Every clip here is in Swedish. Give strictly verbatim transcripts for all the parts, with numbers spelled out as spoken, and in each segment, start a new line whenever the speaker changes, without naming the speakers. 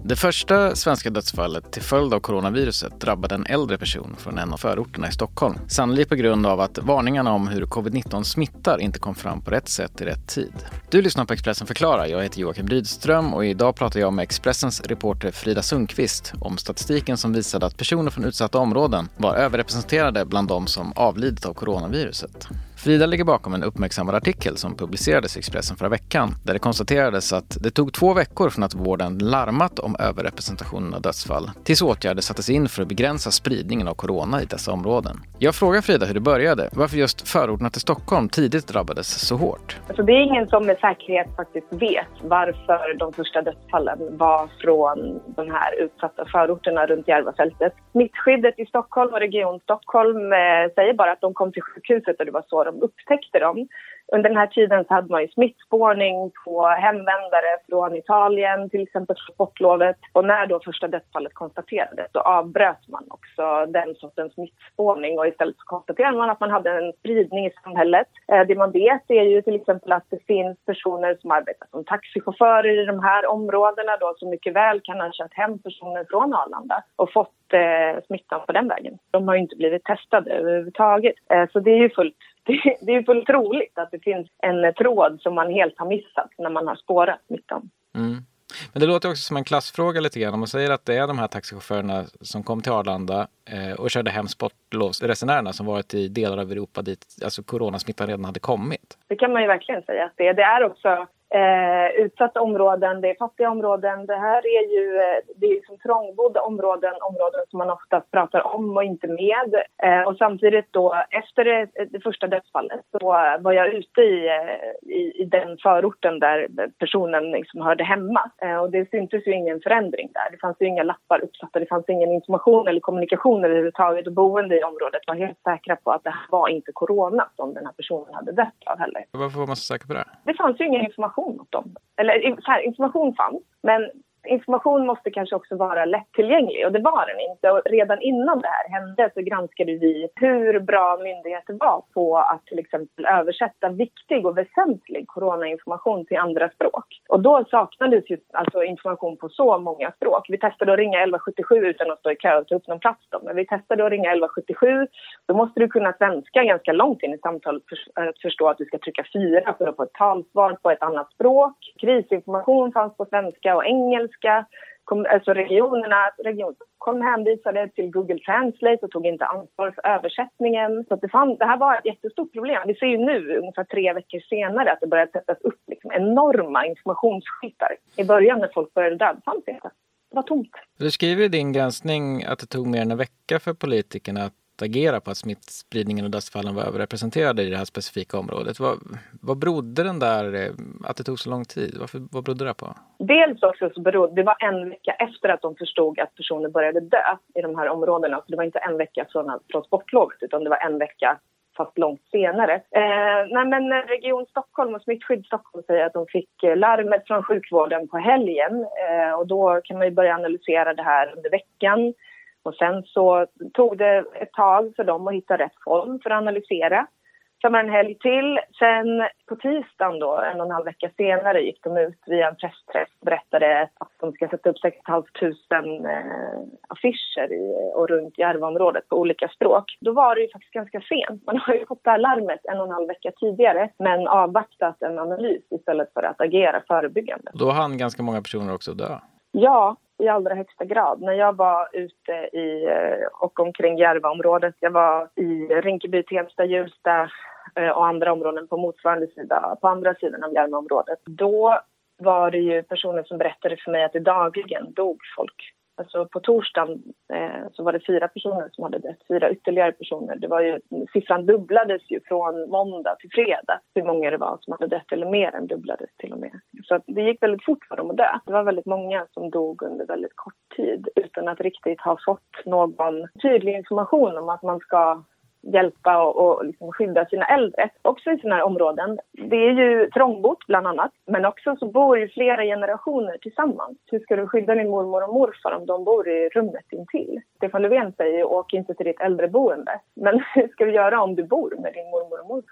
Det första svenska dödsfallet till följd av coronaviruset drabbade en äldre person från en av förorterna i Stockholm. Sannolikt på grund av att varningarna om hur covid nitton smittar inte kom fram på rätt sätt i rätt tid. Du lyssnar på Expressen förklarar. Jag heter Joakim Rydström och idag pratar jag med Expressens reporter Frida Sundqvist om statistiken som visade att personer från utsatta områden var överrepresenterade bland de som avlidit av coronaviruset. Frida ligger bakom en uppmärksammad artikel som publicerades i Expressen förra veckan där det konstaterades att det tog två veckor från att vården larmat om överrepresentationen av dödsfall tills åtgärder sattes in för att begränsa spridningen av corona i dessa områden. Jag frågar Frida hur det började, varför just förorterna till Stockholm tidigt drabbades så hårt.
Alltså det är ingen som med säkerhet faktiskt vet varför de första dödsfallen var från de här utsatta förorterna runt Järvafältet. Smittskyddet i Stockholm och Region Stockholm eh, säger bara att de kom till sjukhuset och det var så de upptäckte dem. Under den här tiden så hade man ju smittspårning på hemvändare från Italien, till exempel för sportlovet. Och när då första dödsfallet konstaterades så avbröt man också den sortens smittspårning och istället så konstaterade man att man hade en spridning i samhället. Det man vet är ju till exempel att det finns personer som arbetar som taxichaufförer i de här områdena då som mycket väl kan ha kört hem personer från Arlanda och fått eh, smittan på den vägen. De har ju inte blivit testade överhuvudtaget. Eh, så det är ju fullt Det är fullt troligt att det finns en tråd som man helt har missat när man har spårat smittan.
Mm. Men det låter också som en klassfråga lite grann. Om man säger att det är de här taxichaufförerna som kom till Arlanda eh, och körde hem sportlovsresenärerna som varit i delar av Europa dit alltså coronasmittan redan hade kommit.
Det kan man ju verkligen säga att det är. Det är också eh, utsatta områden, det är fattiga områden. Det här är ju det är som trångbodda områden, områden som man ofta pratar om och inte med. Eh, och samtidigt då, efter det, det första dödsfallet så var jag ute i, i, i den förorten där personen liksom hörde hemma. Eh, och det syntes ju ingen förändring där. Det fanns ju inga lappar uppsatta, det fanns ingen information eller kommunikation överhuvudtaget. Och boende i området var helt säkra på att det här var inte corona som den här personen hade dött av heller.
Varför var man så säker på det?
Det fanns ju ingen information åt dem. Eller så här, information fanns, men information måste kanske också vara lättillgänglig och det var den inte. Och redan innan det här hände så granskade vi hur bra myndigheter var på att till exempel översätta viktig och väsentlig coronainformation till andra språk. Och då saknades ju alltså information på så många språk. Vi testade att ringa elva sjuttiosju utan att stå i kö och ta upp någon plats då. Men vi testade att ringa elva sjuttiosju, då måste du kunna svenska ganska långt in i samtalet för att förstå att du ska trycka fyra för att få ett talsvar på ett annat språk. Krisinformation fanns på svenska och engelska. Alltså regionerna, region kom hänvisade till Google Translate och tog inte ansvar för översättningen. Så att det, fann, det här var ett jättestort problem. Vi ser ju nu, ungefär tre veckor senare, att det började sättas upp liksom enorma informationsskyltar. I början när folk började dö, fanns det inte. Det var tomt.
Du skriver i din granskning att det tog mer än en vecka för politikerna att agera på att smittspridningen och dödsfallen var överrepresenterade i det här specifika området. Vad, vad berodde den där, att det tog så lång tid? Varför, vad berodde det på?
Dels också så berodde det var en vecka efter att de förstod att personer började dö i de här områdena. Så det var inte en vecka från, från sportlovet utan det var en vecka fast långt senare. Eh, nej men Region Stockholm och Smittskydd Stockholm säger att de fick larmet från sjukvården på helgen. Eh, och då kan man ju börja analysera det här under veckan. Och sen så tog det ett tag för dem att hitta rätt form för att analysera. Sen var en helg till. Sen på tisdagen då, en och en halv vecka senare, gick de ut via en pressträff och berättade att de ska sätta upp sex tusen eh, affischer i, och runt Järvaområdet på olika språk. Då var det ju faktiskt ganska sent. Man har ju fått det här larmet en och en halv vecka tidigare men avvaktat en analys istället för att agera förebyggande.
Då hann ganska många personer också dö.
Ja, i allra högsta grad. När jag var ute i och omkring Järvaområdet, jag var i Rinkeby, Tensta, Hjulsta och andra områden på motsvarande sida, på andra sidan av Järvaområdet. Då var det ju personer som berättade för mig att det dagligen dog folk. Alltså på torsdagen eh, så var det fyra personer som hade dött, fyra ytterligare personer. Det var ju, siffran dubblades ju från måndag till fredag. Hur många det var som hade dött eller mer än dubblades till och med. Så att det gick väldigt fort för dem att dö. Det var väldigt många som dog under väldigt kort tid utan att riktigt ha fått någon tydlig information om att man ska hjälpa och, och liksom skydda sina äldre. Också i sådana här områden. Det är ju trångbott bland annat. Men också så bor ju flera generationer tillsammans. Hur ska du skydda din mormor och morfar om de bor i rummet intill? Stefan Löfven säger ju, åk inte till ditt äldreboende. Men hur ska du göra om du bor med din mormor och morfar?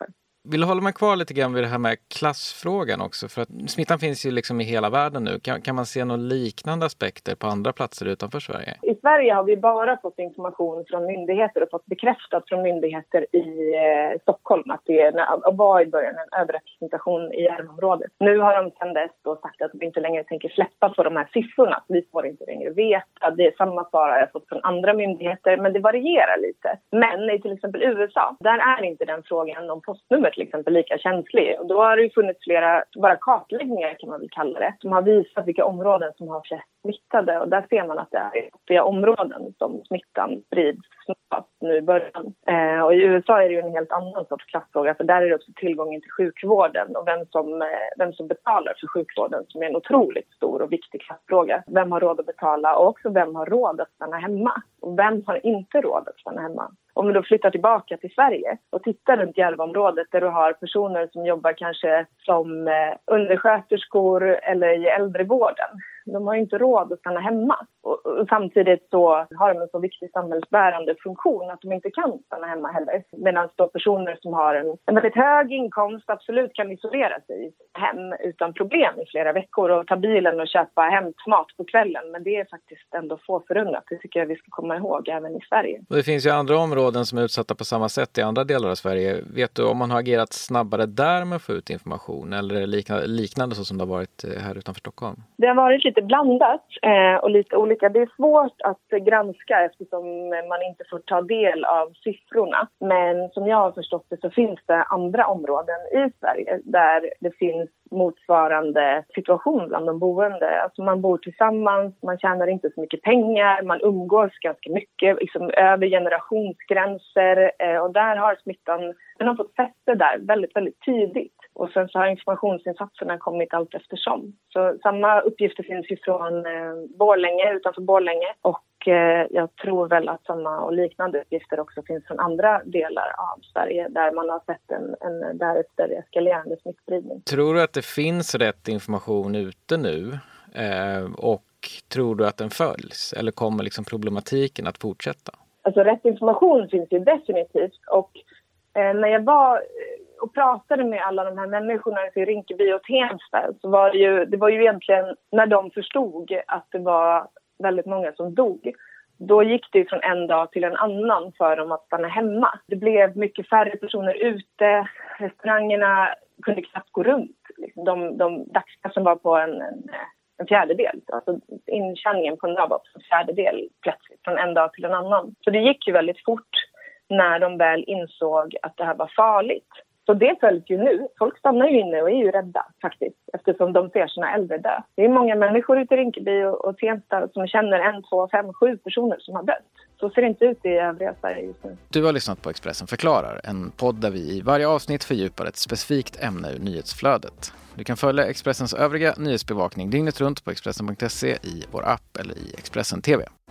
Vill hålla mig kvar lite grann vid det här med klassfrågan också? För att smittan finns ju liksom i hela världen nu. Kan, kan man se några liknande aspekter på andra platser utanför Sverige?
I Sverige har vi bara fått information från myndigheter och fått bekräftat från myndigheter i eh, Stockholm att det är, var i början en överrepresentation i Järvaområdet. Nu har de sedan dess då sagt att de inte längre tänker släppa på de här siffrorna. Vi får inte längre veta. Det är samma svar jag fått från andra myndigheter, men det varierar lite. Men i till exempel U S A, där är inte den frågan om postnummer till exempel lika känslig. Och då har det ju funnits flera, bara kartläggningar kan man väl kalla det, som har visat vilka områden som har flest smittade. Och där ser man att det är flera områden som smittan sprids snabbast nu i början. Eh, och i U S A är det ju en helt annan sorts klassfråga, för där är det också tillgången till sjukvården och vem som, eh, vem som betalar för sjukvården som är en otroligt stor och viktig klassfråga. Vem har råd att betala och också vem har råd att stanna hemma? Och vem har inte råd att stanna hemma? Om vi då flyttar tillbaka till Sverige och tittar runt Järvaområdet där du har personer som jobbar kanske som undersköterskor eller i äldrevården. De har ju inte råd att stanna hemma. Och, och samtidigt så har de en så viktig samhällsbärande funktion att de inte kan stanna hemma heller. Medan då personer som har en, en väldigt hög inkomst absolut kan isolera sig hem utan problem i flera veckor och ta bilen och köpa hämtmat på kvällen. Men det är faktiskt ändå få förunnat. Det tycker jag vi ska komma ihåg även i Sverige.
Det finns ju andra områden som är utsatta på samma sätt i andra delar av Sverige. Vet du om man har agerat snabbare där med att få ut information eller liknande, liknande så som det har varit här utanför Stockholm?
Det har varit lite blandat eh, och lite olika. Det är svårt att granska eftersom man inte får ta del av siffrorna. Men som jag har förstått det så finns det andra områden i Sverige där det finns motsvarande situation bland de boende. Alltså man bor tillsammans, man tjänar inte så mycket pengar, man umgås ganska mycket liksom över generationsgränser eh, och där har smittan, den har fått fäste där väldigt, väldigt tidigt. Och sen så har informationsinsatserna kommit allt eftersom. Så samma uppgifter finns ju från eh, Borlänge, utanför Borlänge. Och eh, jag tror väl att samma och liknande uppgifter också finns från andra delar av Sverige där man har sett en, en därefter eskalerande smittspridning.
Tror du att det finns rätt information ute nu? Eh, och tror du att den följs? Eller kommer liksom problematiken att fortsätta?
Alltså rätt information finns ju definitivt. Och eh, när jag var och pratade med alla de här människorna i Rinkeby och Tensta så var det ju, det var ju egentligen när de förstod att det var väldigt många som dog. Då gick det från en dag till en annan för dem att stanna hemma. Det blev mycket färre personer ute, restaurangerna kunde knappt gå runt. De, de dagskassen var på en, en, en fjärdedel. Alltså intjäningen på en dag var på en fjärdedel plötsligt från en dag till en annan. Så det gick ju väldigt fort när de väl insåg att det här var farligt. Så det följs ju nu. Folk stannar ju inne och är ju rädda faktiskt eftersom de ser sina äldre dö. Det är många människor ute i Rinkeby och, och Tensta som känner en, två, fem, sju personer som har dött. Så ser det inte ut i övriga Sverige just nu.
Du har lyssnat på Expressen förklarar, en podd där vi i varje avsnitt fördjupar ett specifikt ämne ur nyhetsflödet. Du kan följa Expressens övriga nyhetsbevakning dygnet runt på Expressen punkt se i vår app eller i Expressen T V.